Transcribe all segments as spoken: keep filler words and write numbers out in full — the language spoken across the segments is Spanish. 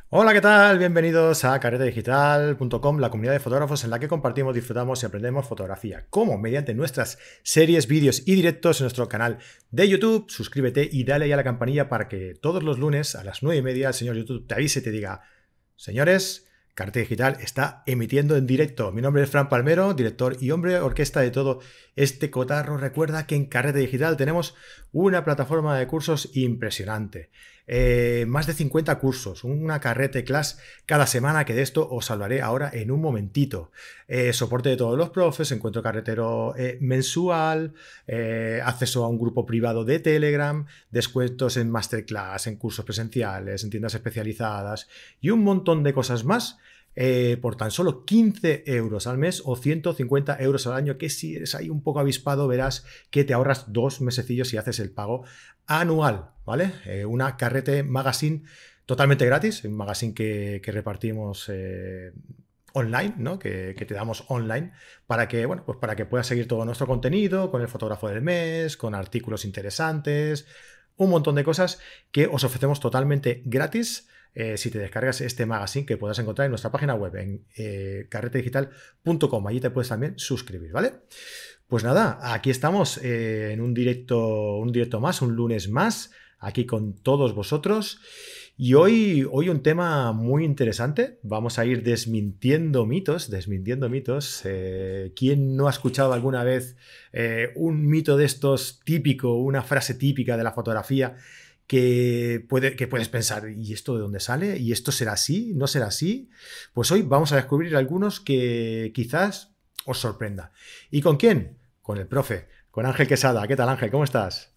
Hola, ¿qué tal? Bienvenidos a carrete digital punto com, la comunidad de fotógrafos en la que compartimos, disfrutamos y aprendemos fotografía. Como mediante nuestras series, vídeos y directos en nuestro canal de YouTube. Suscríbete y dale ya a la campanilla para que todos los lunes a las nueve y media el señor YouTube te avise y te diga: señores, Carrete Digital está emitiendo en directo. Mi nombre es Fran Palmero, director y hombre orquesta de todo este cotarro. Recuerda que en Carrete Digital tenemos una plataforma de cursos impresionante. Eh, más de cincuenta cursos, una carrete class cada semana, que de esto os hablaré ahora en un momentito. Eh, soporte de todos los profes, encuentro carretero eh, mensual, eh, acceso a un grupo privado de Telegram, descuentos en masterclass, en cursos presenciales, en tiendas especializadas y un montón de cosas más. Eh, por tan solo quince euros al mes o ciento cincuenta euros al año, que si eres ahí un poco avispado verás que te ahorras dos mesecillos si haces el pago anual, ¿vale? Eh, una carrete magazine totalmente gratis, un magazine que, que repartimos eh, online, ¿no? Que, que te damos online para que, bueno, pues para que puedas seguir todo nuestro contenido con el fotógrafo del mes, con artículos interesantes, un montón de cosas que os ofrecemos totalmente gratis. Eh, si te descargas este magazine que puedas encontrar en nuestra página web en eh, carrete digital punto com, allí te puedes también suscribir, ¿vale? Pues nada, aquí estamos eh, en un directo, un directo más, un lunes más, aquí con todos vosotros. Y hoy, hoy un tema muy interesante. Vamos a ir desmintiendo mitos, desmintiendo mitos. Eh, ¿Quién no ha escuchado alguna vez eh, un mito de estos típico, una frase típica de la fotografía que, puede, que puedes pensar: ¿y esto de dónde sale? ¿Y esto será así? ¿No será así? Pues hoy vamos a descubrir algunos que quizás os sorprenda. ¿Y con quién? Con el profe, con Ángel Quesada. ¿Qué tal, Ángel? ¿Cómo estás?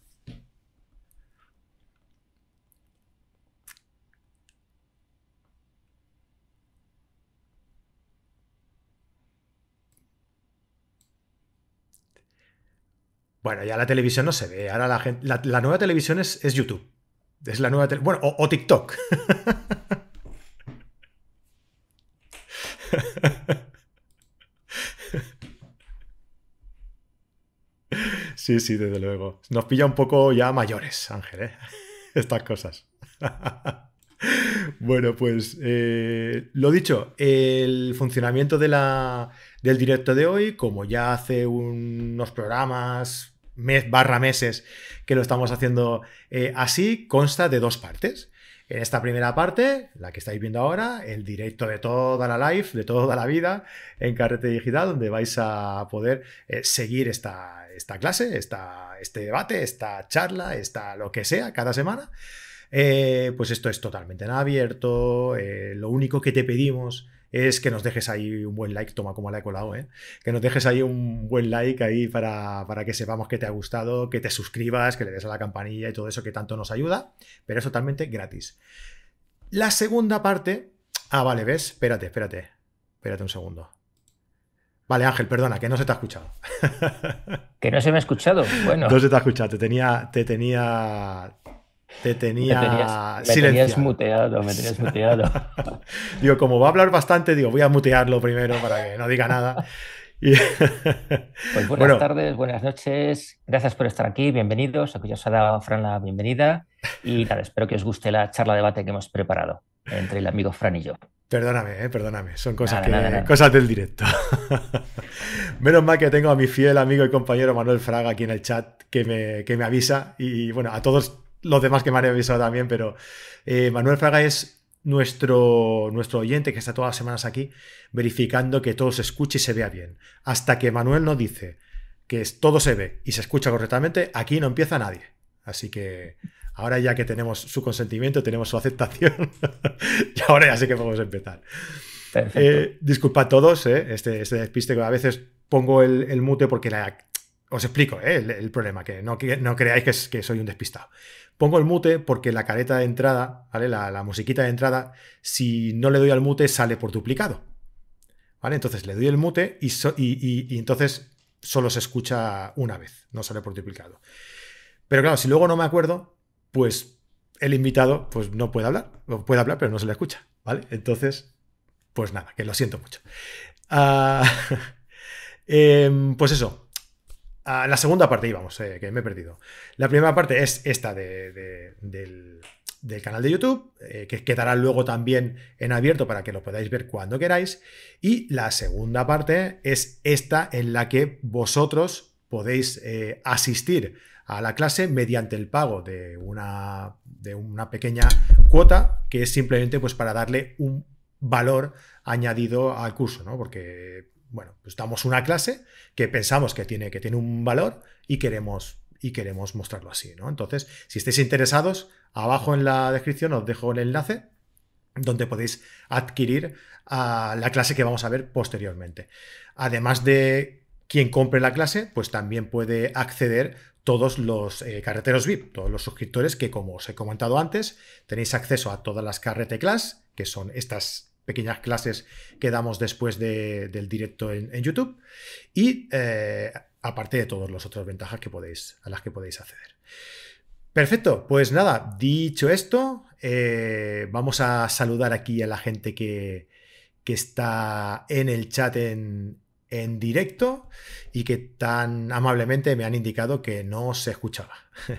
Bueno, ya la televisión no se ve. Ahora la gente. La, la nueva televisión es, es YouTube. Es la nueva. Bueno, o, o TikTok. Sí, sí, desde luego. Nos pilla un poco ya mayores, Ángel, ¿eh? Estas cosas. Bueno, pues eh, lo dicho, el funcionamiento de la, del directo de hoy, como ya hace unos programas, mes barra meses que lo estamos haciendo eh, así, consta de dos partes. En esta primera parte, la que estáis viendo ahora, el directo de toda la live, de toda la vida, en Carrete Digital, donde vais a poder eh, seguir esta, esta clase, esta, este debate, esta charla, esta lo que sea, cada semana. Eh, pues esto es totalmente en abierto. Eh, lo único que te pedimos es que nos dejes ahí un buen like. Toma, como la he colado, ¿eh? Que nos dejes ahí un buen like ahí para, para que sepamos que te ha gustado, que te suscribas, que le des a la campanilla y todo eso que tanto nos ayuda, pero es totalmente gratis. La segunda parte... Ah, vale, ¿ves? Espérate, espérate. Espérate un segundo. Vale, Ángel, perdona, que no se te ha escuchado. Que no se me ha escuchado. No Bueno, se te ha escuchado, te tenía, te tenía, te me tenías, tenía me tenías silenciado. muteado, me tenías muteado. Digo, como va a hablar bastante, digo, voy a mutearlo primero para que no diga nada. Y Pues buenas bueno, tardes, buenas noches. Gracias por estar aquí. Bienvenidos. Aquí os ha dado Fran la bienvenida. Y nada, espero que os guste la charla debate que hemos preparado entre el amigo Fran y yo. perdóname, eh, perdóname. Son cosas Nada, nada, que, nada. cosas del directo. Menos mal que tengo a mi fiel amigo y compañero Manuel Fraga aquí en el chat que me, que me avisa. Y bueno, a todos los demás que me han avisado también, pero eh, Manuel Fraga es nuestro, nuestro oyente que está todas las semanas aquí verificando que todo se escuche y se vea bien. Hasta que Manuel nos dice que todo se ve y se escucha correctamente, aquí no empieza nadie. Así que ahora ya que tenemos su consentimiento, tenemos su aceptación, y ahora ya sí que podemos empezar. Perfecto. Eh, disculpad todos, eh, este, este despiste, que a veces pongo el, el mute porque la, os explico eh, el, el, problema, que no, que no creáis que, es, que, soy un despistado. Pongo el mute porque la careta de entrada, ¿vale? La, la musiquita de entrada, si no le doy al mute, sale por duplicado. ¿Vale? Entonces le doy el mute y, so, y, y, y entonces solo se escucha una vez, no sale por duplicado. Pero claro, si luego no me acuerdo, pues el invitado pues no puede hablar, o puede hablar, pero no se le escucha, ¿vale? Entonces, pues nada, que lo siento mucho. Uh, eh, pues eso. Uh, la segunda parte íbamos, eh, que me he perdido. La primera parte es esta de, de, del, del canal de YouTube, eh, que quedará luego también en abierto para que lo podáis ver cuando queráis. Y la segunda parte es esta en la que vosotros podéis eh, asistir a la clase mediante el pago de una, de una pequeña cuota, que es simplemente pues para darle un valor añadido al curso, ¿no? Porque, bueno, pues damos una clase que pensamos que tiene, que tiene un valor y queremos, y queremos mostrarlo así, ¿no? Entonces, si estáis interesados, abajo en la descripción os dejo el enlace donde podéis adquirir uh, la clase que vamos a ver posteriormente. Además de quien compre la clase, pues también puede acceder todos los eh, carreteros V I P, todos los suscriptores que, como os he comentado antes, tenéis acceso a todas las carrete class, que son estas pequeñas clases que damos después de, del directo en, en YouTube, y eh, aparte de todas las otras ventajas que podéis, a las que podéis acceder. Perfecto, pues nada, dicho esto, eh, vamos a saludar aquí a la gente que, que está en el chat en, en directo y que tan amablemente me han indicado que no se escuchaba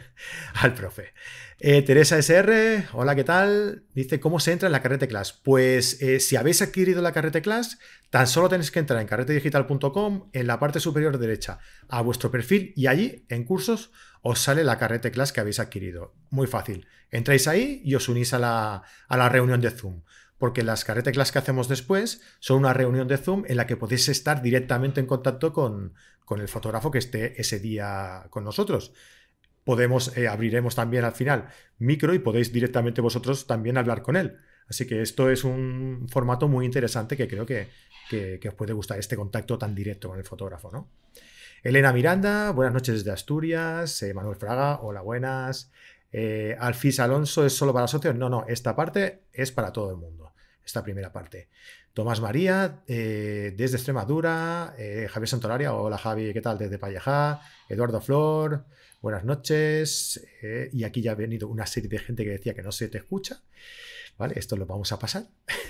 al profe. Eh, Teresa S R, hola, ¿qué tal? Dice, ¿cómo se entra en la Carrete Class? Pues eh, si habéis adquirido la Carrete Class, tan solo tenéis que entrar en carrete digital punto com, en la parte superior derecha, a vuestro perfil, y allí, en cursos, os sale la Carrete Class que habéis adquirido. Muy fácil. Entráis ahí y os unís a la, a la reunión de Zoom. Porque las Carrete Class que hacemos después son una reunión de Zoom en la que podéis estar directamente en contacto con, con el fotógrafo que esté ese día con nosotros. Podemos, eh, abriremos también al final micro y podéis directamente vosotros también hablar con él. Así que esto es un formato muy interesante que creo que, que, que os puede gustar, este contacto tan directo con el fotógrafo, ¿no? Elena Miranda, buenas noches desde Asturias. Eh, Manuel Fraga, hola, buenas. Eh, Alfis Alonso, ¿es solo para socios? No, no, esta parte es para todo el mundo, esta primera parte. Tomás María, eh, desde Extremadura. eh, Javier Santolaria, hola Javi, ¿qué tal? Desde Pallajá. Eduardo Flor, buenas noches. Eh, y aquí ya ha venido una serie de gente que decía que no se te escucha. Vale, esto lo vamos a pasar.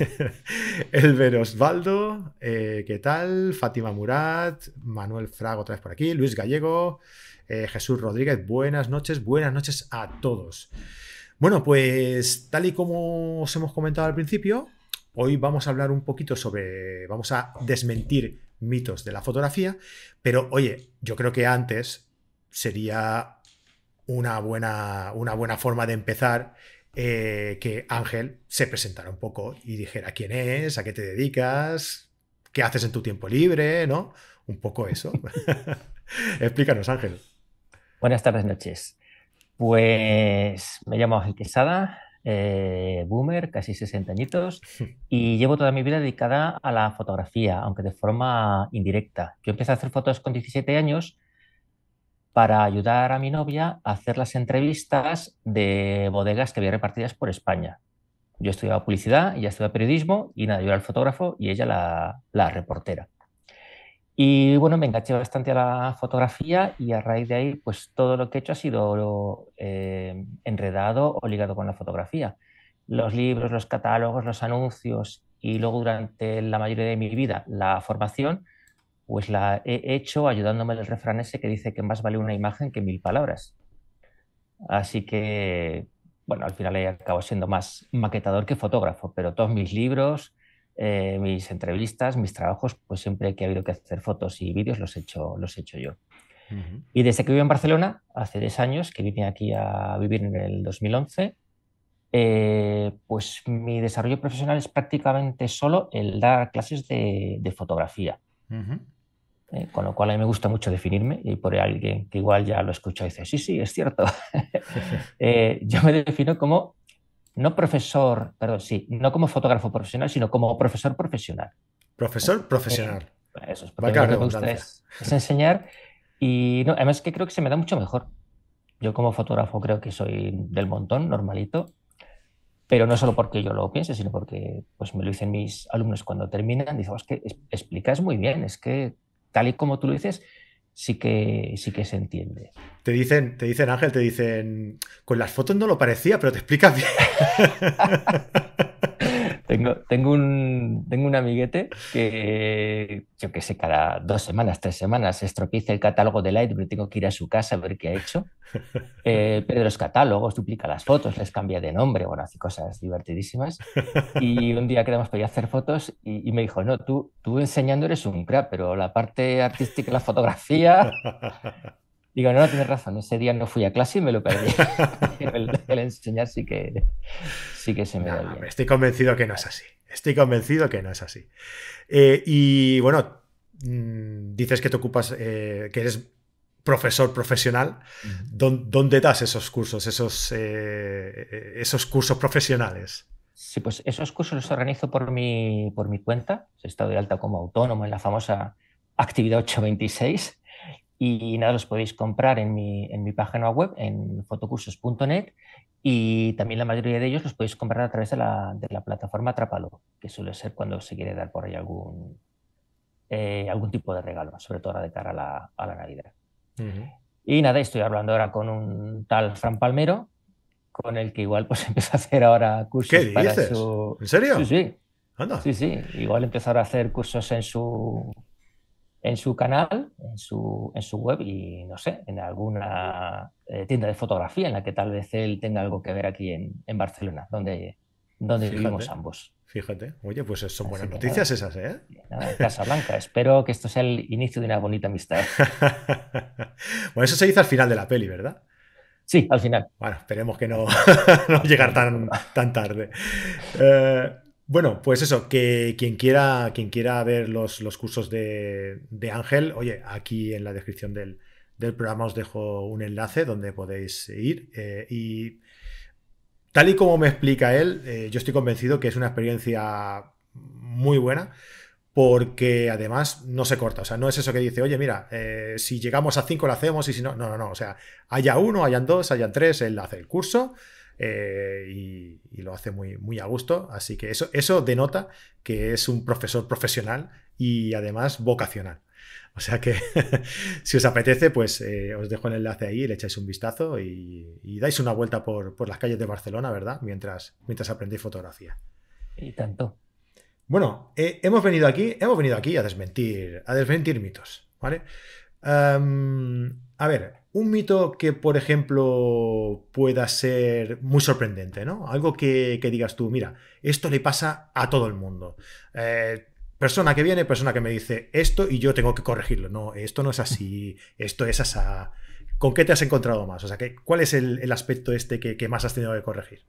Elber Osvaldo, eh, ¿qué tal? Fátima Murat, Manuel Fraga otra vez por aquí, Luis Gallego, eh, Jesús Rodríguez, buenas noches, buenas noches a todos. Bueno, pues tal y como os hemos comentado al principio, hoy vamos a hablar un poquito sobre, vamos a desmentir mitos de la fotografía, pero oye, yo creo que antes sería una buena, una buena forma de empezar eh, que Ángel se presentara un poco y dijera quién es, a qué te dedicas, qué haces en tu tiempo libre, ¿no? Un poco eso. Explícanos, Ángel. Buenas tardes, noches. Pues me llamo Ángel Quesada, eh, boomer, casi sesenta añitos, y llevo toda mi vida dedicada a la fotografía, aunque de forma indirecta. Yo empecé a hacer fotos con diecisiete años para ayudar a mi novia a hacer las entrevistas de bodegas que había repartidas por España. Yo estudiaba publicidad, ella estudiaba periodismo, y nada, yo era el fotógrafo y ella la, la reportera. Y bueno, me enganché bastante a la fotografía y a raíz de ahí, pues todo lo que he hecho ha sido eh, enredado o ligado con la fotografía. Los libros, los catálogos, los anuncios y luego durante la mayoría de mi vida la formación, pues la he hecho ayudándome del refrán ese que dice que más vale una imagen que mil palabras. Así que, bueno, al final he acabado siendo más maquetador que fotógrafo, pero todos mis libros, eh, mis entrevistas, mis trabajos, pues siempre que ha habido que hacer fotos y vídeos los he hecho, los he hecho yo. Uh-huh. Y desde que vivo en Barcelona, hace diez años, que vine aquí a vivir en el dos mil once, eh, pues mi desarrollo profesional es prácticamente solo el dar clases de, de fotografía. Uh-huh. Eh, con lo cual a mí me gusta mucho definirme, y por alguien que igual ya lo escucha y dice, sí, sí, es cierto. eh, yo me defino como, no profesor, perdón, sí, no como fotógrafo profesional, sino como profesor profesional. Profesor profesional. Eh, eso es, porque lo que me gusta es, es enseñar, y no, además que creo que se me da mucho mejor. Yo como fotógrafo creo que soy del montón, normalito, pero no solo porque yo lo piense, sino porque pues, me lo dicen mis alumnos cuando terminan, dicen, oh, es que explicas muy bien, es que tal y como tú lo dices, sí que, sí que se entiende. Te dicen, te dicen, Ángel, te dicen, con las fotos no lo parecía, pero te explicas bien. Tengo, tengo un, tengo un amiguete que, yo qué sé, cada dos semanas, tres semanas, se estropieza el catálogo de Lightroom y tengo que ir a su casa a ver qué ha hecho. Eh, pero de los catálogos, duplica las fotos, les cambia de nombre, bueno, hace cosas divertidísimas. Y un día quedamos para ir a hacer fotos y, y me dijo, no, tú, tú enseñando eres un crack, pero la parte artística y la fotografía... Digo, no, no, tienes razón, ese día no fui a clase y me lo perdí. Pero el, el enseñar sí que, sí que se me da No, bien. estoy convencido que no es así. Estoy convencido que no es así. Eh, y bueno, mmm, dices que te ocupas, eh, que eres profesor profesional. Ujú. ¿Dónde das esos cursos, esos, eh, esos cursos profesionales? Sí, pues esos cursos los organizo por mi, por mi cuenta. He estado de alta como autónomo en la famosa Actividad ochocientos veintiséis. Y nada, los podéis comprar en mi, en mi página web, en fotocursos punto net, y también la mayoría de ellos los podéis comprar a través de la, de la plataforma Atrápalo, que suele ser cuando se quiere dar por ahí algún, eh, algún tipo de regalo, sobre todo ahora de cara a la, a la Navidad. Uh-huh. Y nada, estoy hablando ahora con un tal Fran Palmero, con el que igual pues empieza a hacer ahora ¿Qué cursos para dices? su... ¿En Sí, serio? sí, Anda. sí, sí, igual empezar a hacer cursos en su en su canal, en su, en su web y, no sé, en alguna eh, tienda de fotografía en la que tal vez él tenga algo que ver aquí en, en Barcelona, donde, donde vivimos Fíjate, ambos. fíjate. Oye, pues son buenas Así que noticias nada, esas, ¿eh? nada, Casa Blanca. Espero que esto sea el inicio de una bonita amistad. Bueno, eso se dice al final de la peli, ¿verdad? Sí, al final. Bueno, esperemos que Al no, final, no al llegar final de todo. tan, tan tarde. Eh, bueno, pues eso, que quien quiera, quien quiera ver los, los cursos de, de Ángel, oye, aquí en la descripción del, del programa os dejo un enlace donde podéis ir. Eh, y tal y como me explica él, eh, yo estoy convencido que es una experiencia muy buena porque además no se corta. O sea, no es eso que dice, oye, mira, eh, si llegamos a cinco lo hacemos y si no, no, no, no. O sea, haya uno, hayan dos, hayan tres, él hace el curso eh, y, y, lo hace muy, muy a gusto. Así que eso, eso denota que es un profesor profesional y además vocacional. O sea que si os apetece, pues eh, os dejo el enlace ahí, le echáis un vistazo y, y dais una vuelta por, por las calles de Barcelona, ¿verdad? Mientras, mientras aprendéis fotografía. Y tanto. Bueno, eh, hemos venido aquí, hemos venido aquí a desmentir, a desmentir mitos, ¿vale? Um, a ver, un mito que, por ejemplo, pueda ser muy sorprendente, ¿no? Algo que, que digas tú, mira, esto le pasa a todo el mundo. Eh, persona que viene, persona que me dice esto y yo tengo que corregirlo. No, esto no es así, esto es asá. ¿Con qué te has encontrado más? O sea, ¿qué, ¿cuál es el, el aspecto este que, que más has tenido que corregir?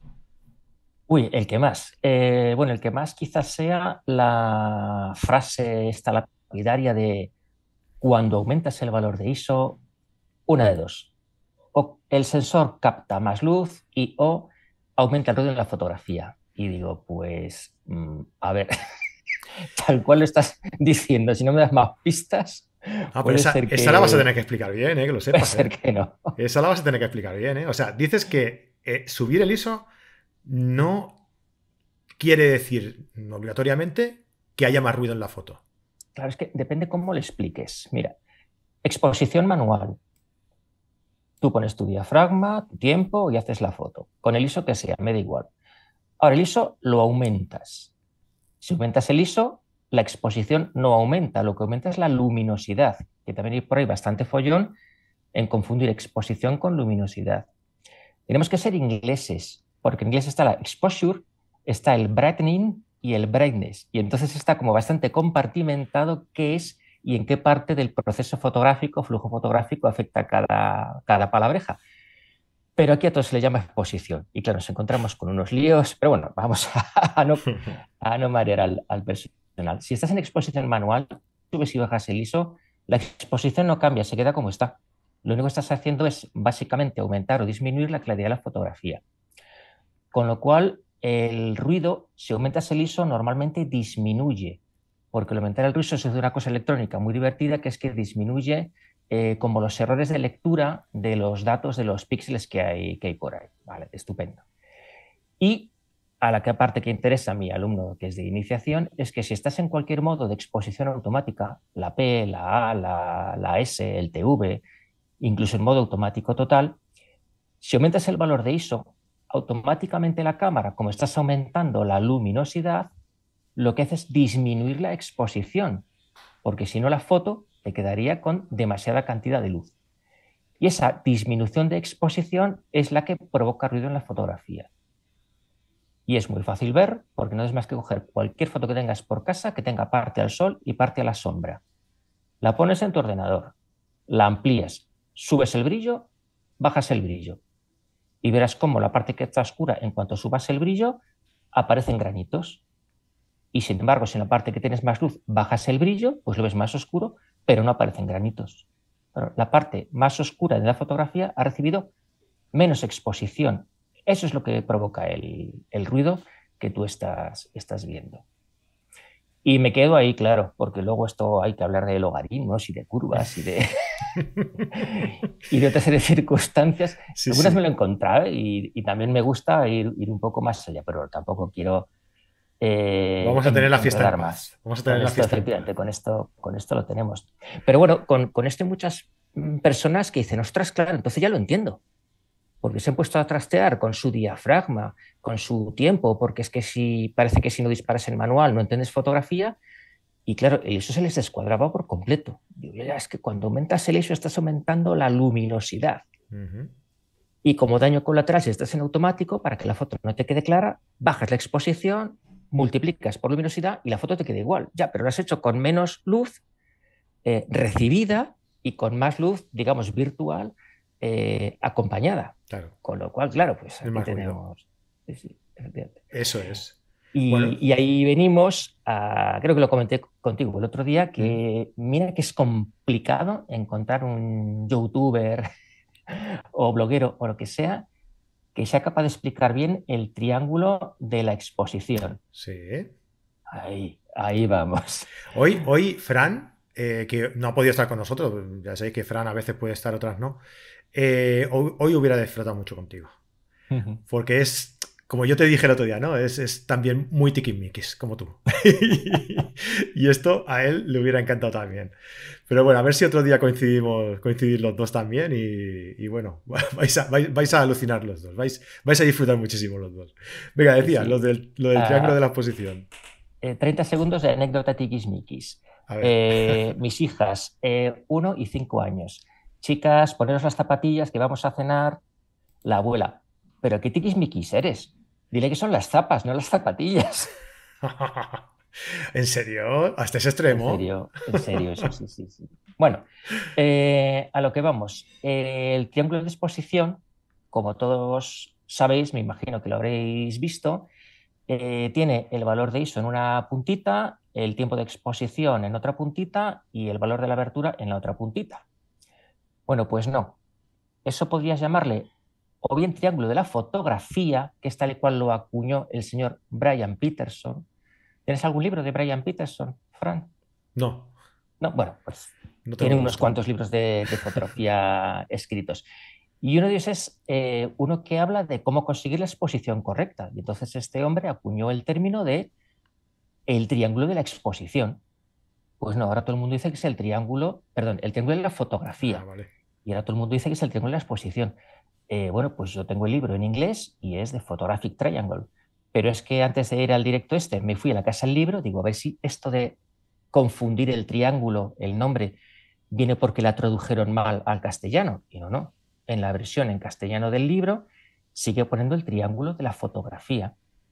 Uy, el que más. Eh, bueno, el que más quizás sea la frase esta lapidaria de cuando aumentas el valor de I S O, una de dos. O el sensor capta más luz y o aumenta el ruido en la fotografía. Y digo, pues, mmm, a ver, tal cual lo estás diciendo, si no me das más pistas, Ah, pero puede esa, ser esa la vas a tener que, que explicar bien, ¿eh? Que lo puede sepas, ser ¿eh? que no. Esa la vas a tener que explicar bien, ¿eh? O sea, dices que eh, subir el I S O no quiere decir obligatoriamente que haya más ruido en la foto. Claro, es que depende cómo le expliques. Mira, exposición manual. Tú pones tu diafragma, tu tiempo y haces la foto. Con el I S O que sea, me da igual. Ahora, el I S O lo aumentas. Si aumentas el I S O, la exposición no aumenta, lo que aumenta es la luminosidad, que también hay por ahí bastante follón en confundir exposición con luminosidad. Tenemos que ser ingleses, porque en inglés está la exposure, está el brightening y el brightness, y entonces está como bastante compartimentado qué es y en qué parte del proceso fotográfico, flujo fotográfico afecta cada, cada palabreja. Pero aquí a todos se le llama exposición. Y claro, nos encontramos con unos líos, pero bueno, vamos a, a, no, a no marear al, al personal. Si estás en exposición manual, subes y bajas el I S O, la exposición no cambia, se queda como está. Lo único que estás haciendo es básicamente aumentar o disminuir la claridad de la fotografía. Con lo cual, el ruido, si aumentas el I S O, normalmente disminuye, porque al aumentar el ruido se hace una cosa electrónica muy divertida, que es que disminuye eh, como los errores de lectura de los datos de los píxeles que hay, que hay por ahí. Vale, estupendo. Y a la que parte que interesa a mi alumno, que es de iniciación, es que si estás en cualquier modo de exposición automática, la P, la A, la, la S, el T V, incluso en modo automático total, si aumentas el valor de I S O, automáticamente la cámara, como estás aumentando la luminosidad, lo que hace es disminuir la exposición, porque si no la foto te quedaría con demasiada cantidad de luz. Y esa disminución de exposición es la que provoca ruido en la fotografía. Y es muy fácil ver, porque no es más que coger cualquier foto que tengas por casa que tenga parte al sol y parte a la sombra. La pones en tu ordenador, la amplías, subes el brillo, bajas el brillo. Y verás cómo la parte que está oscura, en cuanto subas el brillo, aparecen granitos. Y sin embargo, si en la parte que tienes más luz bajas el brillo, pues lo ves más oscuro, pero no aparecen granitos. Pero la parte más oscura de la fotografía ha recibido menos exposición. Eso es lo que provoca el, el ruido que tú estás, estás viendo. Y me quedo ahí, claro, porque luego esto hay que hablar de logaritmos y de curvas y de, y de otra serie de circunstancias. Sí, Algunas sí. me lo he encontrado y, y también me gusta ir, ir un poco más allá, pero tampoco quiero eh, Vamos a tener en, la fiesta en enredar paz. más. Vamos a tener Con la esto, fiesta en paz. efectivamente, con esto, con esto lo tenemos. Pero bueno, con, con esto hay muchas mm, personas que dicen, ostras, claro, entonces ya lo entiendo. Porque se han puesto a trastear con su diafragma, con su tiempo, porque es que si parece que si no disparas en manual no entiendes fotografía, y claro, eso se les descuadraba por completo. Digo, ya, es que cuando aumentas el I S O estás aumentando la luminosidad. Uh-huh. Y como daño colateral, si estás en automático, para que la foto no te quede clara, bajas la exposición, multiplicas por luminosidad y la foto te queda igual. Ya, pero lo has hecho con menos luz eh, recibida y con más luz, digamos, virtual, eh, acompañada. Claro, Con lo cual, claro, pues es aquí más ruido. tenemos... Sí, sí, efectivamente. Eso es. Bueno. Y, y ahí venimos a, creo que lo comenté contigo el otro día, Mm. que mira que es complicado encontrar un youtuber o bloguero o lo que sea que sea capaz de explicar bien el triángulo de la exposición. Sí. Ahí, ahí vamos. Hoy, hoy Fran, eh, que no ha podido estar con nosotros, ya sabéis que Fran a veces puede estar, otras no, eh, hoy, hoy hubiera disfrutado mucho contigo. Porque es, como yo te dije el otro día, ¿no? Es, es también muy tiquismiquis, como tú. Y esto a él le hubiera encantado también. Pero bueno, a ver si otro día coincidimos, coincidir los dos también y, y bueno, vais a, vais, vais a alucinar los dos, vais, vais a disfrutar muchísimo los dos. Venga, Sí, decía, sí. lo del, lo del triángulo de Ah, la exposición. eh, treinta segundos de anécdota tiquismiquis. A ver. Eh, mis hijas, eh, uno y cinco años. Chicas, poneros las zapatillas que vamos a cenar. La abuela, ¿pero qué tiquismiquis eres? Dile que son las zapas, no las zapatillas. ¿En serio? ¿Hasta ese En extremo? serio, en serio, eso sí, sí, sí. Bueno, eh, a lo que vamos. Eh, el triángulo de exposición, como todos sabéis, me imagino que lo habréis visto, eh, tiene el valor de I S O en una puntita, el tiempo de exposición en otra puntita y el valor de la abertura en la otra puntita. Bueno, pues no. Eso podrías llamarle o bien triángulo de la fotografía, que es tal y cual lo acuñó el señor Brian Peterson. ¿Tienes algún libro de Brian Peterson, Fran? No, No, bueno, pues no tengo tiene el unos gusto. cuantos libros de, de fotografía escritos. Y uno de ellos es eh, uno que habla de cómo conseguir la exposición correcta. Y entonces este hombre acuñó el término de el triángulo de la exposición. Pues no, ahora todo el mundo dice que es el triángulo, perdón, el triángulo de la Ah, fotografía. vale. Y ahora todo el mundo dice que es el triángulo de la exposición. Eh, bueno, pues yo tengo el libro en inglés y es de Photographic Triangle. Pero es que antes de ir al directo este, me fui a la casa del libro, digo, a ver si esto de confundir el triángulo, el nombre, viene porque la tradujeron mal al castellano. Y no, no. En la versión en castellano del libro sigue poniendo el triángulo de la fotografía.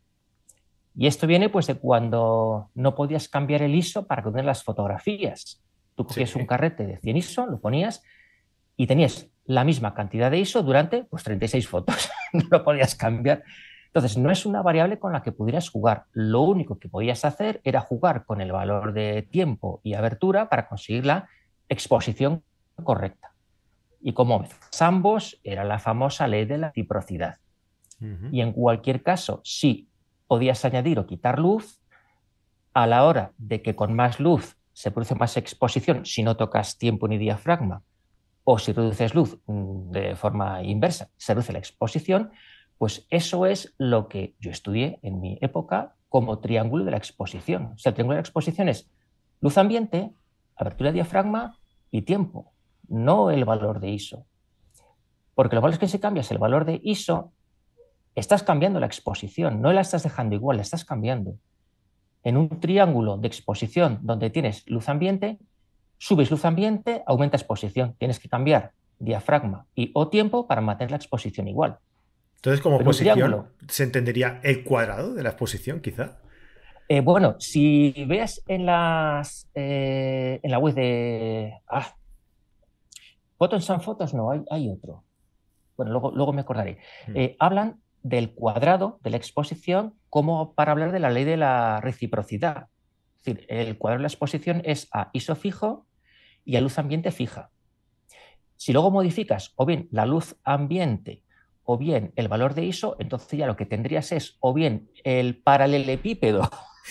Y esto viene pues de cuando no podías cambiar el I S O para poner las fotografías. Tú cogías un Sí. carrete de cien I S O, lo ponías y tenías la misma cantidad de I S O durante pues, treinta y seis fotos. No lo podías cambiar. Entonces, no es una variable con la que pudieras jugar. Lo único que podías hacer era jugar con el valor de tiempo y abertura para conseguir la exposición correcta. Y como mezclas ambos, era la famosa ley de la reciprocidad. Uh-huh. Y en cualquier caso, si podías añadir o quitar luz, a la hora de que con más luz se produce más exposición si no tocas tiempo ni diafragma, o si reduces luz de forma inversa, se reduce la exposición, pues eso es lo que yo estudié en mi época como triángulo de la exposición. O sea, el triángulo de la exposición es luz ambiente, abertura de diafragma y tiempo, no el valor de I S O. Porque lo malo es que si cambias el valor de I S O, estás cambiando la exposición, no la estás dejando igual, la estás cambiando. En un triángulo de exposición donde tienes luz ambiente, subes luz ambiente, aumenta exposición. Tienes que cambiar diafragma y o tiempo para mantener la exposición igual. Entonces, como Pero un posición, triángulo, ¿se entendería el cuadrado de la exposición, quizá? eh, bueno, si ves en, las, eh, en la web de... Ah, Fotos son fotos, no, hay, hay otro. Bueno, luego, luego me acordaré. Mm. Eh, hablan del cuadrado de la exposición como para hablar de la ley de la reciprocidad. Es decir, el cuadrado de la exposición es a I S O fijo y a luz ambiente fija. Si luego modificas o bien la luz ambiente o bien el valor de I S O, entonces ya lo que tendrías es o bien el paralelepípedo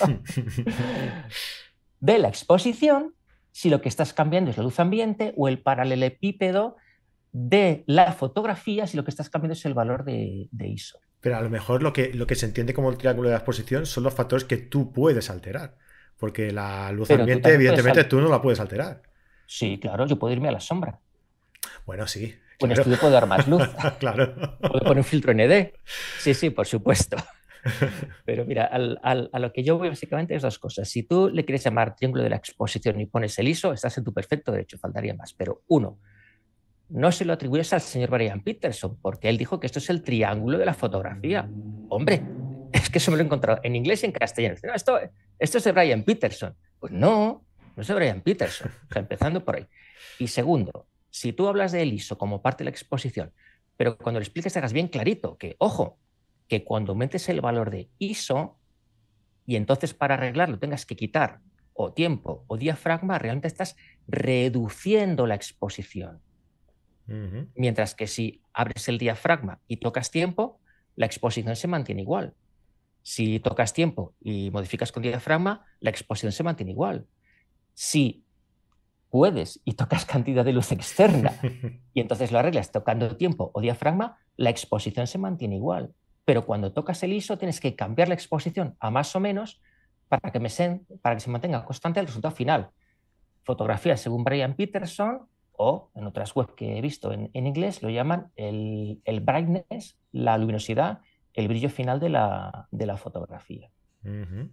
de la exposición, si lo que estás cambiando es la luz ambiente, o el paralelepípedo de la fotografía, si lo que estás cambiando es el valor de, de I S O. Pero a lo mejor lo que, lo que se entiende como el triángulo de la exposición son los factores que tú puedes alterar. Porque la luz Pero tú ambiente, también puedes evidentemente, al- tú no la puedes alterar. Sí, claro, yo puedo irme a la sombra. Bueno, sí, O en claro. estudio puedo dar más luz. Claro. Puedo poner un filtro N D. Sí, sí, por supuesto. Pero mira, al, al, a lo que yo voy básicamente es dos cosas. Si tú le quieres llamar triángulo de la exposición y pones el I S O, estás en tu perfecto derecho, faltaría más. Pero uno, no se lo atribuyes al señor Brian Peterson, porque él dijo que esto es el triángulo de la fotografía. Hombre, es que eso me lo he encontrado en inglés y en castellano. No, esto, esto es de Brian Peterson. Pues no, no es de Brian Peterson. O sea, empezando por ahí. Y segundo, si tú hablas del I S O como parte de la exposición, pero cuando lo expliques te hagas bien clarito que, ojo, que cuando aumentes el valor de I S O y entonces para arreglarlo tengas que quitar o tiempo o diafragma, realmente estás reduciendo la exposición. Ujú. Mientras que si abres el diafragma y tocas tiempo, la exposición se mantiene igual. Si tocas tiempo y modificas con diafragma, la exposición se mantiene igual. Si puedes y tocas cantidad de luz externa y entonces lo arreglas tocando tiempo o diafragma, la exposición se mantiene igual. Pero cuando tocas el I S O tienes que cambiar la exposición a más o menos para que, me se, para que se mantenga constante el resultado final. Fotografías según Brian Peterson, o en otras webs que he visto en, en inglés, lo llaman el, el brightness, la luminosidad, el brillo final de la, de la fotografía. Ujú.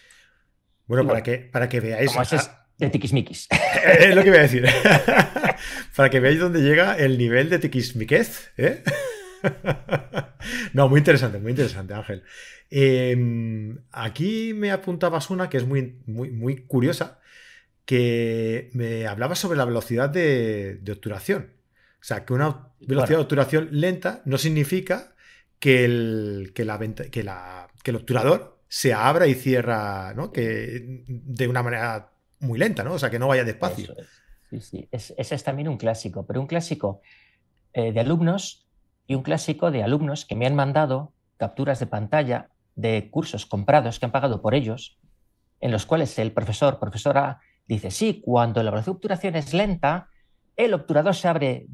Y Bueno, para bueno, que, para que veáis. como ese es ah, de tiquismiquis. es lo que iba a decir. Para que veáis dónde llega el nivel de tiquismiquez, ¿eh? No, muy interesante, muy interesante, Ángel. Eh, aquí me apuntabas una que es muy, muy, muy curiosa, que me hablaba sobre la velocidad de, de obturación. O sea, que una velocidad Bueno, de obturación lenta no significa que el, que la venta- que la- que el obturador se abra y cierra, ¿no? Que de una manera muy lenta, ¿no? O sea, que no vaya despacio. eso es. Sí, sí. Es, ese es también un clásico, pero un clásico eh, de alumnos y un clásico de alumnos que me han mandado capturas de pantalla de cursos comprados que han pagado por ellos, en los cuales el profesor, profesora, dice, sí, cuando la velocidad de obturación es lenta, el obturador se abre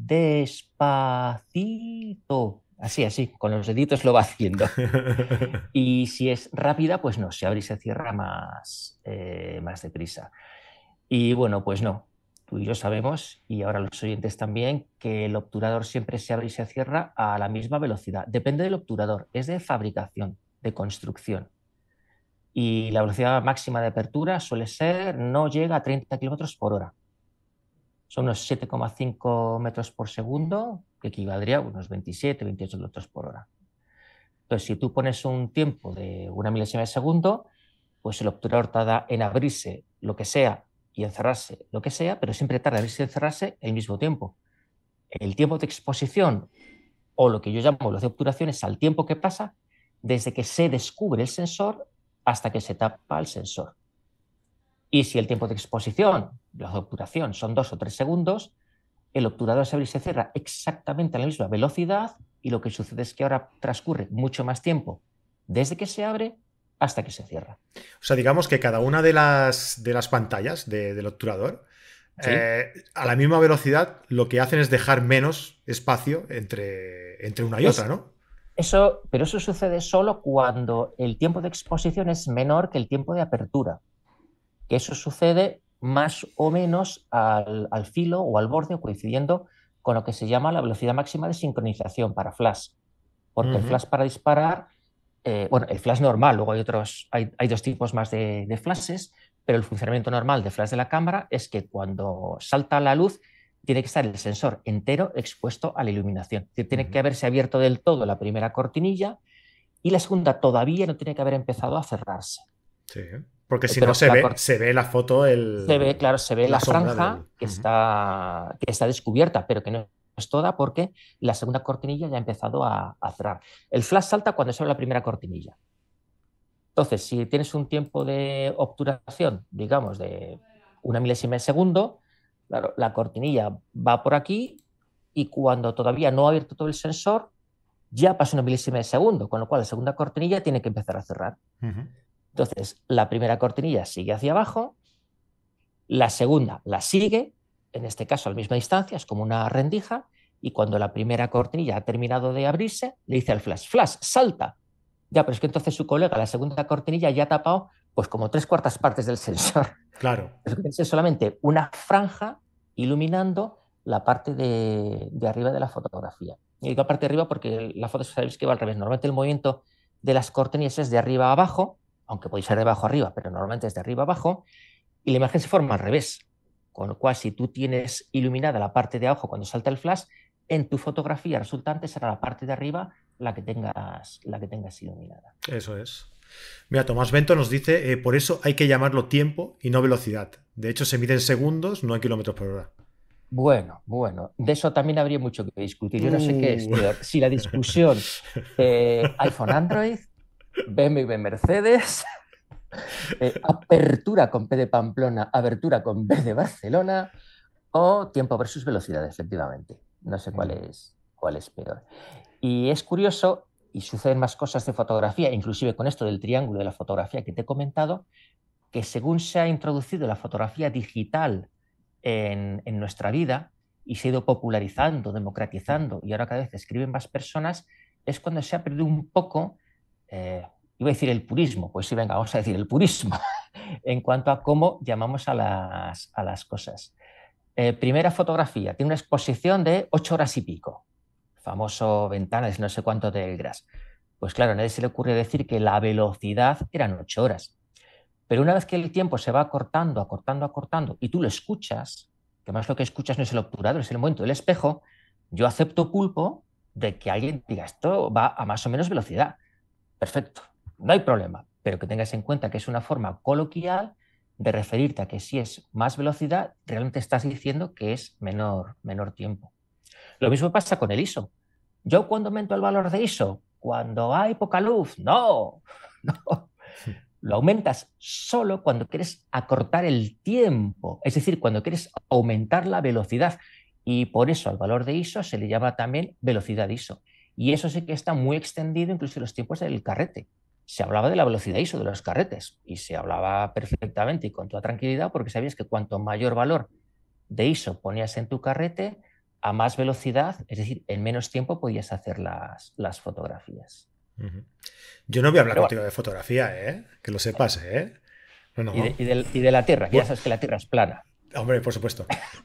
despacito. Así, así, con los deditos lo va haciendo. Y si es rápida, pues no, se abre y se cierra más, eh, más deprisa. Y bueno, pues no. Tú y yo sabemos, y ahora los oyentes también, que el obturador siempre se abre y se cierra a la misma velocidad. Depende del obturador, es de fabricación, de construcción. Y la velocidad máxima de apertura suele ser, no llega a treinta kilómetros por hora. Son unos siete coma cinco metros por segundo, que equivaldría a unos veintisiete, veintiocho kilómetros por hora. Entonces, si tú pones un tiempo de una milésima de segundo, pues el obturador tarda en abrirse lo que sea y encerrarse lo que sea, pero siempre tarda en abrirse y encerrarse el mismo tiempo. El tiempo de exposición, o lo que yo llamo velocidad de obturación, es al tiempo que pasa desde que se descubre el sensor hasta que se tapa el sensor. Y si el tiempo de exposición, la obturación, son dos o tres segundos, el obturador se abre y se cierra exactamente a la misma velocidad y lo que sucede es que ahora transcurre mucho más tiempo desde que se abre hasta que se cierra. O sea, digamos que cada una de las, de las pantallas de- del obturador, ¿Sí? eh, a la misma velocidad, lo que hacen es dejar menos espacio entre, entre una y otra, Es, ¿no? eso, pero eso sucede solo cuando el tiempo de exposición es menor que el tiempo de apertura, que eso sucede más o menos al, al filo o al borde o coincidiendo con lo que se llama la velocidad máxima de sincronización para flash. porque el Ujú. flash para disparar, eh, bueno, el flash normal, luego hay otros, hay, hay dos tipos más de, de flashes, pero el funcionamiento normal de flash de la cámara es que cuando salta la luz tiene que estar el sensor entero expuesto a la iluminación. Es decir, tiene Ujú. que haberse abierto del todo la primera cortinilla y la segunda todavía no tiene que haber empezado a cerrarse. Sí, porque Eh, si no Pero se la, ve, cor- se ve la foto, se ve, el, claro, se ve la la sombra franja del... que Ujú. está, que está descubierta, pero que no es toda porque la segunda cortinilla ya ha empezado a, a cerrar. El flash salta cuando se abre la primera cortinilla. Entonces, si tienes un tiempo de obturación, digamos, de una milésima de segundo, claro, la cortinilla va por aquí y cuando todavía no ha abierto todo el sensor, ya pasa una milésima de segundo, con lo cual la segunda cortinilla tiene que empezar a cerrar. Ujú. Entonces, la primera cortinilla sigue hacia abajo, la segunda la sigue, en este caso a la misma distancia, es como una rendija, y cuando la primera cortinilla ha terminado de abrirse, le dice al flash, flash, salta. Ya, pero es que entonces su colega, la segunda cortinilla, ya ha tapado pues como tres cuartas partes del sensor. Claro. Es solamente una franja iluminando la parte de, de arriba de la fotografía. Y digo parte de arriba porque la foto sabéis que va al revés. Normalmente el movimiento de las cortinillas es de arriba a abajo, aunque podéis ser de abajo a arriba, pero normalmente es de arriba a abajo, y la imagen se forma al revés. Con lo cual, si tú tienes iluminada la parte de abajo cuando salta el flash, en tu fotografía resultante será la parte de arriba la que tengas, la que tengas iluminada. Eso es. Mira, Tomás Bento nos dice, eh, por eso hay que llamarlo tiempo y no velocidad. De hecho, se mide en segundos, no en kilómetros por hora. Bueno, bueno, de eso también habría mucho que discutir. Yo no sé qué es Uh. peor, si la discusión eh, iPhone Android, B M W Mercedes, eh, apertura con P de Pamplona, abertura con B de Barcelona o tiempo versus velocidad, efectivamente. No sé cuál es, cuál es peor. Y es curioso, y suceden más cosas de fotografía, inclusive con esto del triángulo de la fotografía que te he comentado, que según se ha introducido la fotografía digital en, en nuestra vida y se ha ido popularizando, democratizando, y ahora cada vez escriben más personas, es cuando se ha perdido un poco, eh, iba a decir el purismo, pues sí, venga, vamos a decir el purismo, en cuanto a cómo llamamos a las, a las cosas. Eh, primera fotografía, tiene una exposición de ocho horas y pico, famoso ventanas, no sé cuánto de Gras. Pues claro, a nadie se le ocurre decir que la velocidad eran ocho horas. Pero una vez que el tiempo se va acortando, acortando, acortando, y tú lo escuchas, que más lo que escuchas no es el obturador, es el momento del espejo, yo acepto pulpo de que alguien diga esto va a más o menos velocidad. Perfecto, no hay problema, pero que tengas en cuenta que es una forma coloquial de referirte a que si es más velocidad, realmente estás diciendo que es menor, menor tiempo. Lo mismo pasa con el I S O. ¿Yo cuando aumento el valor de I S O? Cuando hay poca luz. No, no. Lo aumentas solo cuando quieres acortar el tiempo, es decir, cuando quieres aumentar la velocidad. Y por eso al valor de I S O se le llama también velocidad I S O. Y eso sí que está muy extendido incluso en los tiempos del carrete. Se hablaba de la velocidad I S O de los carretes y se hablaba perfectamente y con toda tranquilidad porque sabías que cuanto mayor valor de I S O ponías en tu carrete, a más velocidad, es decir, en menos tiempo podías hacer las, las fotografías. Yo no voy a hablar Pero bueno, contigo de fotografía, ¿eh? Que lo sepas, ¿eh? No, y de, no. y de, y de la Tierra, que ya Bueno, sabes que la Tierra es plana. hombre, por supuesto.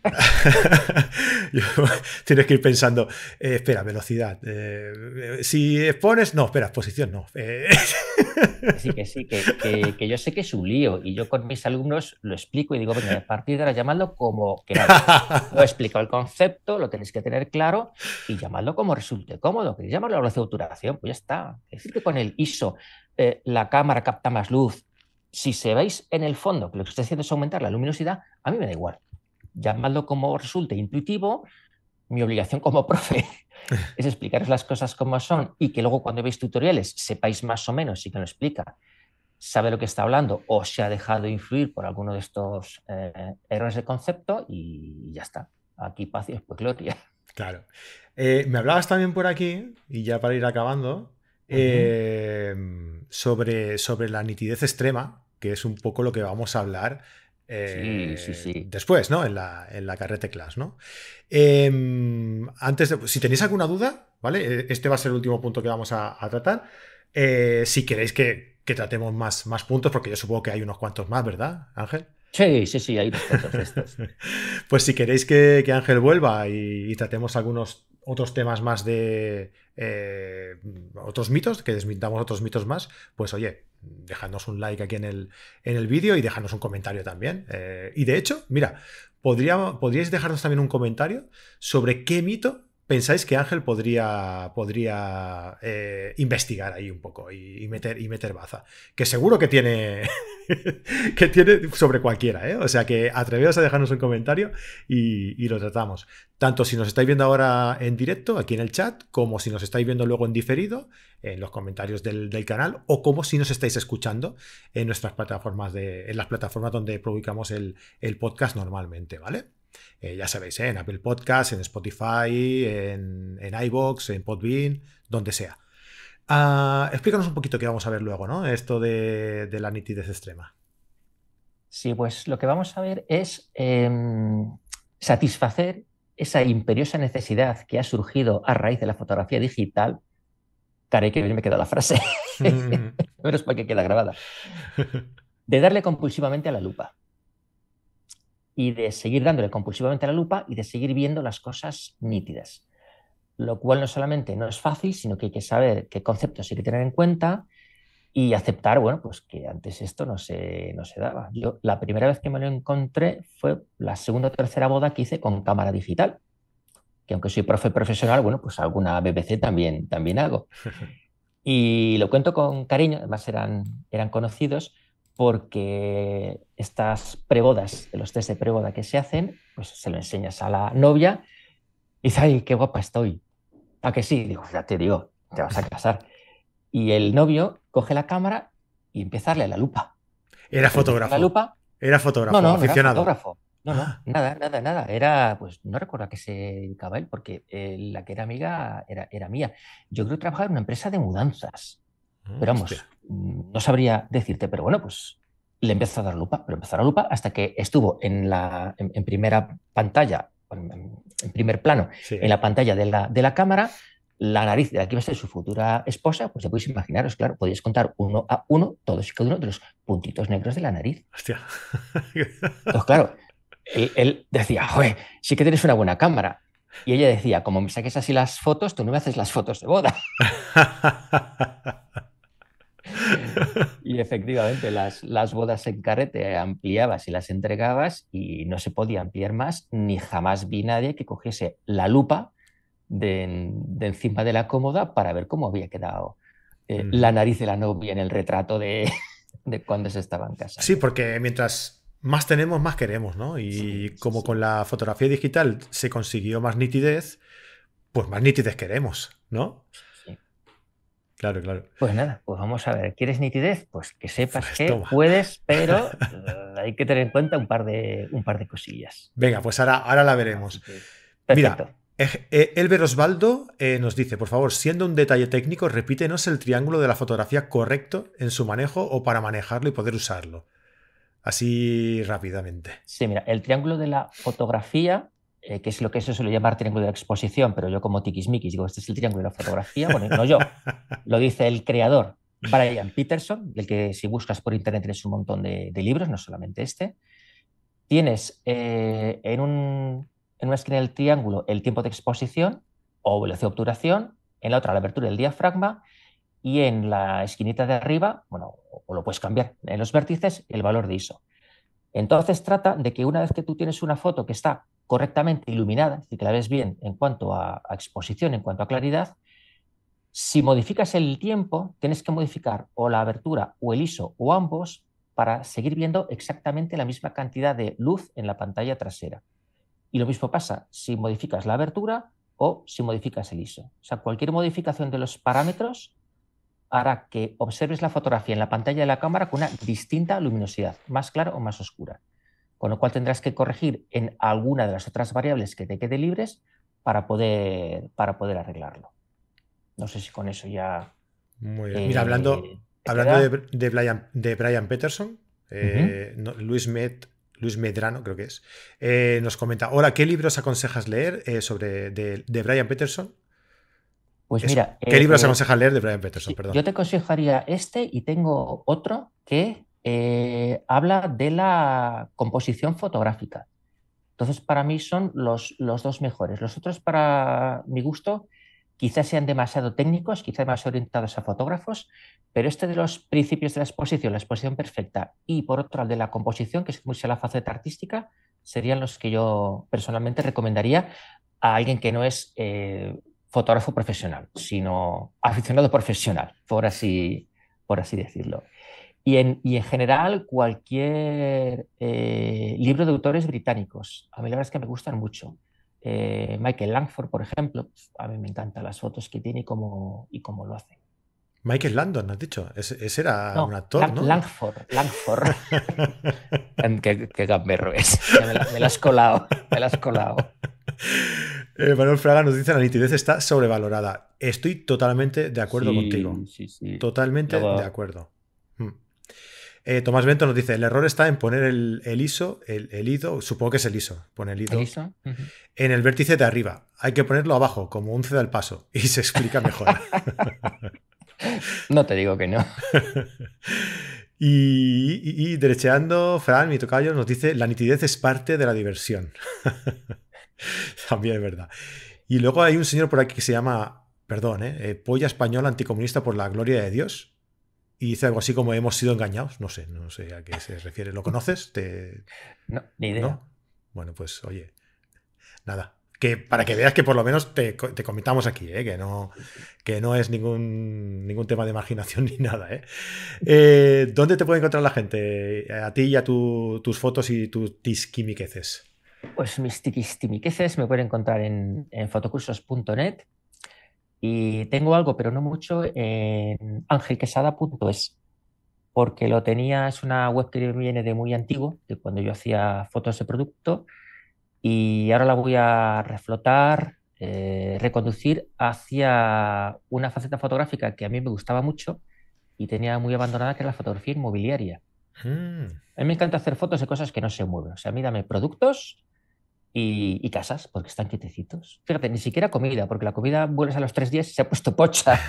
Yo- Tienes que ir pensando, eh, espera, velocidad. Eh, si expones, no, espera, exposición, no. Eh, Que sí, que sí, que, que, que yo sé que es un lío y yo con mis alumnos lo explico y digo, venga, a partir de ahora llamadlo como queráis. Yo he explicado el concepto, lo tenéis que tener claro y llamadlo como resulte cómodo. ¿Queréis llamarlo a velocidad de obturación? Pues ya está. Es decir, que con el I S O eh, la cámara capta más luz. Si se veis en el fondo que lo que está haciendo es aumentar la luminosidad, a mí me da igual. Llamadlo como resulte intuitivo. Mi obligación como profe es explicaros las cosas como son y que luego cuando veis tutoriales sepáis más o menos si que lo explica, sabe lo que está hablando o se ha dejado influir por alguno de estos eh, errores de concepto y ya está. Aquí paz y después gloria. claro. Eh, me hablabas también por aquí, y ya para ir acabando, Uh -huh. eh, sobre, sobre la nitidez extrema, que es un poco lo que vamos a hablar Sí, sí, eh, sí. después, ¿no? En la, en la Carrete Class, ¿no? Eh, antes de, si tenéis alguna duda, ¿vale? Este va a ser el último punto que vamos a, a tratar. Eh, si queréis que, que tratemos más, más puntos, porque yo supongo que hay unos cuantos más, ¿verdad, Ángel? Sí, sí, sí, hay unos cuantos de estos. Pues si queréis que, que Ángel vuelva y, y tratemos algunos otros temas más de eh, otros mitos, que desmintamos otros mitos más, pues oye, dejadnos un like aquí en el, en el vídeo y dejadnos un comentario también. Eh, y de hecho, mira, podría, podríais dejarnos también un comentario sobre qué mito pensáis que Ángel podría, podría eh, investigar ahí un poco y, y, meter, y meter baza. Que seguro que tiene, que tiene sobre cualquiera, ¿eh? O sea que atreveos a dejarnos un comentario y, y lo tratamos. Tanto si nos estáis viendo ahora en directo, aquí en el chat, como si nos estáis viendo luego en diferido, en los comentarios del, del canal, o como si nos estáis escuchando en nuestras plataformas, de, en las plataformas donde publicamos el, el podcast normalmente, ¿vale? Eh, ya sabéis, ¿eh? En Apple Podcasts, en Spotify, en, en iVoox, en Podbean, donde sea. Uh, explícanos un poquito qué vamos a ver luego, ¿no? Esto de, de la nitidez extrema. Sí, pues lo que vamos a ver es eh, satisfacer esa imperiosa necesidad que ha surgido a raíz de la fotografía digital. Caray, que bien me queda la frase. Menos para que queda grabada. De darle compulsivamente a la lupa. Y de seguir dándole compulsivamente a la lupa y de seguir viendo las cosas nítidas. Lo cual no solamente no es fácil, sino que hay que saber qué conceptos hay que tener en cuenta y aceptar, bueno, pues que antes esto no se, no se daba. Yo la primera vez que me lo encontré fue la segunda o tercera boda que hice con cámara digital, que aunque soy profe profesional, bueno, pues alguna B B C también, también hago. Y lo cuento con cariño, además eran, eran conocidos, porque estas prebodas, los test de preboda que se hacen, pues se lo enseñas a la novia y dice, ay, qué guapa estoy. ¿A que sí? Digo, ya te digo, te vas a casar. Y el novio coge la cámara y empieza a darle la lupa. Era fotógrafo. La lupa. Era fotógrafo, no, no, aficionado. No era fotógrafo. No, no, ah. nada, nada, nada. Era, pues no recuerdo a qué se dedicaba él, porque eh, la que era amiga era, era mía. Yo creo que trabajaba en una empresa de mudanzas. Pero vamos, Hostia. no sabría decirte, pero bueno, pues le empezó a dar lupa, pero empezó a dar lupa hasta que estuvo en, la, en, en primera pantalla, en, en primer plano, sí. en la pantalla de la, de la cámara, la nariz de la que iba a ser su futura esposa, pues ya podéis imaginaros, claro, podéis contar uno a uno todos y cada uno de los puntitos negros de la nariz. Hostia. Entonces, claro, él, él decía, joder, sí que tienes una buena cámara. Y ella decía, como me saques así las fotos, tú no me haces las fotos de boda. Y efectivamente, las, las bodas en carrete ampliabas y las entregabas y no se podía ampliar más, ni jamás vi nadie que cogiese la lupa de, de encima de la cómoda para ver cómo había quedado eh, mm. la nariz de la novia en el retrato de, de cuando se estaban casando. Sí, porque mientras más tenemos, más queremos, ¿no? Y sí, como sí. con la fotografía digital se consiguió más nitidez, pues más nitidez queremos, ¿no? Claro, claro. Pues nada, pues vamos a ver. ¿Quieres nitidez? Pues que sepas pues que toma. puedes, pero hay que tener en cuenta un par de, un par de cosillas. Venga, pues ahora, ahora la veremos. Mira, Elber Osvaldo eh, nos dice, por favor, siendo un detalle técnico, repítenos el triángulo de la fotografía correcto en su manejo o para manejarlo y poder usarlo. Así rápidamente. Sí, mira, el triángulo de la fotografía... Eh, que es lo que se suele llamar triángulo de la exposición, pero yo como tiquismiquis digo, este es el triángulo de la fotografía. Bueno, no yo, lo dice el creador, Brian Peterson, del que si buscas por internet tienes un montón de, de libros, no solamente este. Tienes eh, en, un, en una esquina del triángulo el tiempo de exposición o velocidad de obturación, en la otra la abertura del diafragma y en la esquinita de arriba, bueno, o lo puedes cambiar en los vértices, el valor de I S O. Entonces trata de que una vez que tú tienes una foto que está correctamente iluminada, es decir, que la ves bien en cuanto a, a exposición, en cuanto a claridad, si modificas el tiempo, tienes que modificar o la abertura o el I S O o ambos para seguir viendo exactamente la misma cantidad de luz en la pantalla trasera. Y lo mismo pasa si modificas la abertura o si modificas el I S O. O sea, cualquier modificación de los parámetros hará que observes la fotografía en la pantalla de la cámara con una distinta luminosidad, más clara o más oscura. Con lo cual tendrás que corregir en alguna de las otras variables que te quede libres para poder, para poder arreglarlo. No sé si con eso ya... Muy bien. Eh, Mira, hablando, hablando de, de, Brian, de Brian Peterson, eh, uh-huh. no, Luis, Med, Luis Medrano creo que es, eh, nos comenta, hola, ¿qué libros aconsejas leer eh, sobre de, de Brian Peterson? Pues Eso. mira... ¿Qué eh, libros eh, aconsejas leer de Brian Peterson? Sí, Perdón. yo te aconsejaría este y tengo otro que... Eh, habla de la composición fotográfica Entonces, para mí son los, los dos mejores. Los otros, para mi gusto, quizás sean demasiado técnicos, quizás demasiado orientados a fotógrafos, pero este de los principios de la exposición, la exposición perfecta, y por otro el de la composición, que es mucho la faceta artística, serían los que yo personalmente recomendaría a alguien que no es eh, fotógrafo profesional, sino aficionado profesional, por así, por así decirlo. Y en, y en general, cualquier eh, libro de autores británicos. A mí la verdad es que me gustan mucho. Eh, Michael Langford, por ejemplo, pues, a mí me encantan las fotos que tiene y cómo, y cómo lo hace. Michael Landon, has dicho. Ese, ese era un No, actor, Lang- ¿no? Langford, Langford. qué, qué gamberro es. Ya me, la, me la has colado, me la has colado. Eh, Manuel Fraga nos dice la nitidez está sobrevalorada. Estoy totalmente de acuerdo contigo. Sí, sí, sí. Totalmente de Luego, acuerdo. Hmm. Eh, Tomás Bento nos dice, el error está en poner el, el ISO, el, el IDO, supongo que es el ISO, pone el IDO, ¿Elisa? Uh-huh. en el vértice de arriba. Hay que ponerlo abajo, como un ceda al paso, y se explica mejor. No te digo que no. y, y, y derecheando, Fran, mi tocayo, nos dice, la nitidez es parte de la diversión. También es verdad. Y luego hay un señor por aquí que se llama, perdón, eh, eh, Polla Española Anticomunista por la Gloria de Dios. Y dice algo así como hemos sido engañados. No sé, no sé a qué se refiere. ¿Lo conoces? ¿Te... No, ni idea. ¿No? Bueno, pues oye, nada. Que para que veas que por lo menos te, te comentamos aquí, ¿eh? Que no, que no es ningún, ningún tema de imaginación ni nada. ¿eh? Eh, ¿Dónde te puede encontrar la gente? A ti y a tu, tus fotos y tus tisquimiqueces. Pues mis tiquistimiqueces me pueden encontrar en, en fotocursos punto net y tengo algo, pero no mucho, en angelquesada punto es, porque lo tenía, es una web que viene de muy antiguo, de cuando yo hacía fotos de producto, y ahora la voy a reflotar, eh, reconducir hacia una faceta fotográfica que a mí me gustaba mucho y tenía muy abandonada, que era la fotografía inmobiliaria. Hmm. A mí me encanta hacer fotos de cosas que no se mueven. O sea, a mí dame productos y, y casas, porque están quietecitos. Fíjate, ni siquiera comida, porque la comida vuelves a los tres días y se ha puesto pocha.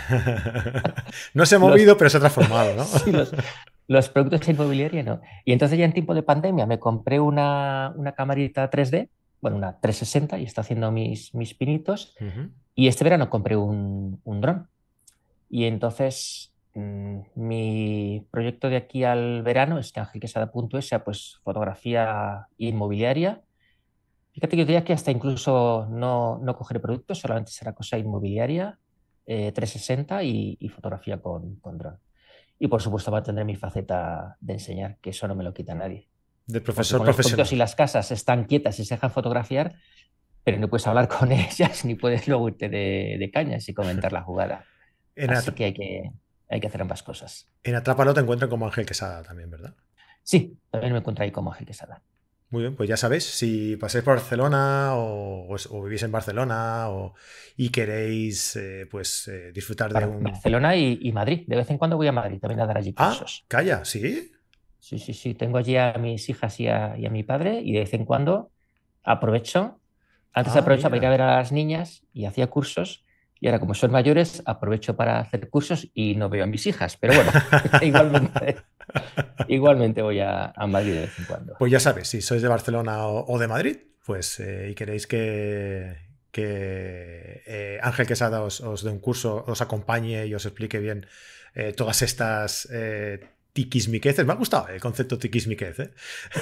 No se ha Los, movido, pero se ha transformado, ¿no? sí, los, los productos de inmobiliaria no. Y entonces ya en tiempo de pandemia me compré una, una camarita tres D, bueno, una trescientos sesenta y está haciendo mis, mis pinitos. Uh-huh. Y este verano compré un, un dron. Y entonces mmm, mi proyecto de aquí al verano es que angelquesada punto es sea pues fotografía inmobiliaria. Fíjate que yo diría que hasta incluso no, no cogeré productos, solamente será cosa inmobiliaria, eh, trescientos sesenta y, y fotografía con, con dron. Y por supuesto va a tener mi faceta de enseñar, que eso no me lo quita nadie. De Porque profesor con los productos y profesional. las casas están quietas y se dejan fotografiar, pero no puedes hablar con ellas ni puedes luego irte de, de cañas y comentar la jugada. En, Así At- que hay que, hay que hacer ambas cosas. en Atrápalo te encuentran como Ángel Quesada también, ¿verdad? Sí, también me encuentro ahí como Ángel Quesada. Muy bien, pues ya sabéis, si pasáis por Barcelona o, o, o vivís en Barcelona o, y queréis eh, pues eh, disfrutar de Bar- un... Barcelona y, y Madrid. De vez en cuando voy a Madrid también a dar allí Ah, cursos. calla, ¿sí? Sí, sí, sí. Tengo allí a mis hijas y a, y a mi padre y de vez en cuando aprovecho. Antes Ah, aprovechaba para ir a mira. ver a las niñas y hacía cursos. Y ahora, como son mayores, aprovecho para hacer cursos y no veo a mis hijas. Pero bueno, igualmente, igualmente voy a, a Madrid de vez en cuando. Pues ya sabéis, si sois de Barcelona o, o de Madrid, pues eh, y queréis que, que eh, Ángel Quesada os, os dé un curso, os acompañe y os explique bien eh, todas estas eh, tiquismiqueces. Me ha gustado el concepto tiquismiquez. ¿eh?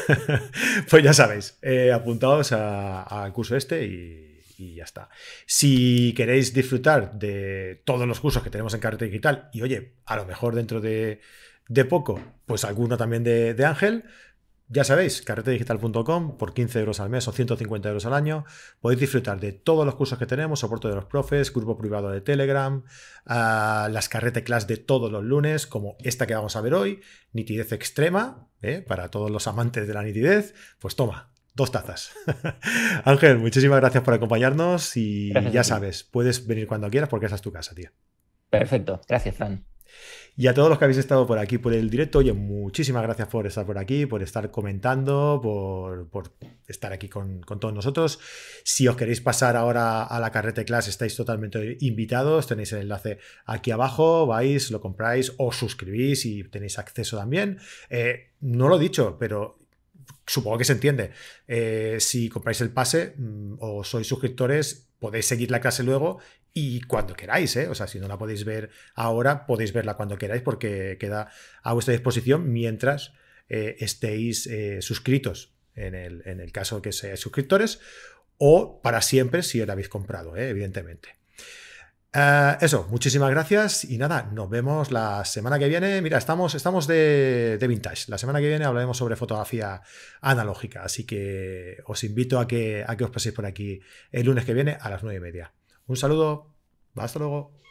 Pues ya sabéis, eh, apuntaos al curso este y, y ya está. Si queréis disfrutar de todos los cursos que tenemos en Carrete Digital y oye, a lo mejor dentro de, de poco, pues alguno también de, de Ángel, ya sabéis, carrete digital punto com por quince euros al mes o ciento cincuenta euros al año. Podéis disfrutar de todos los cursos que tenemos, soporte de los profes, grupo privado de Telegram, uh, las carrete class de todos los lunes, como esta que vamos a ver hoy, nitidez extrema, ¿eh? Para todos los amantes de la nitidez, pues toma, dos tazas. Ángel, muchísimas gracias por acompañarnos y Gracias ya a ti. sabes, puedes venir cuando quieras porque esa es tu casa, tío. Perfecto. Gracias, Fran. Y a todos los que habéis estado por aquí por el directo, oye, muchísimas gracias por estar por aquí, por estar comentando, por, por estar aquí con, con todos nosotros. Si os queréis pasar ahora a la Carrete Class, estáis totalmente invitados. Tenéis el enlace aquí abajo, vais, lo compráis, os suscribís y tenéis acceso también. Eh, no lo he dicho, pero supongo que se entiende. Eh, si compráis el pase mmm, o sois suscriptores, podéis seguir la clase luego y cuando queráis, ¿eh? O sea, si no la podéis ver ahora, podéis verla cuando queráis porque queda a vuestra disposición mientras eh, estéis eh, suscritos, en el, en el caso que seáis suscriptores, o para siempre si la habéis comprado, ¿eh? Evidentemente. Uh, eso, muchísimas gracias y nada, nos vemos la semana que viene. Mira, estamos, estamos de, de vintage. La semana que viene hablaremos sobre fotografía analógica, así que os invito a que, a que os paséis por aquí el lunes que viene a las nueve y media. Un saludo, hasta luego.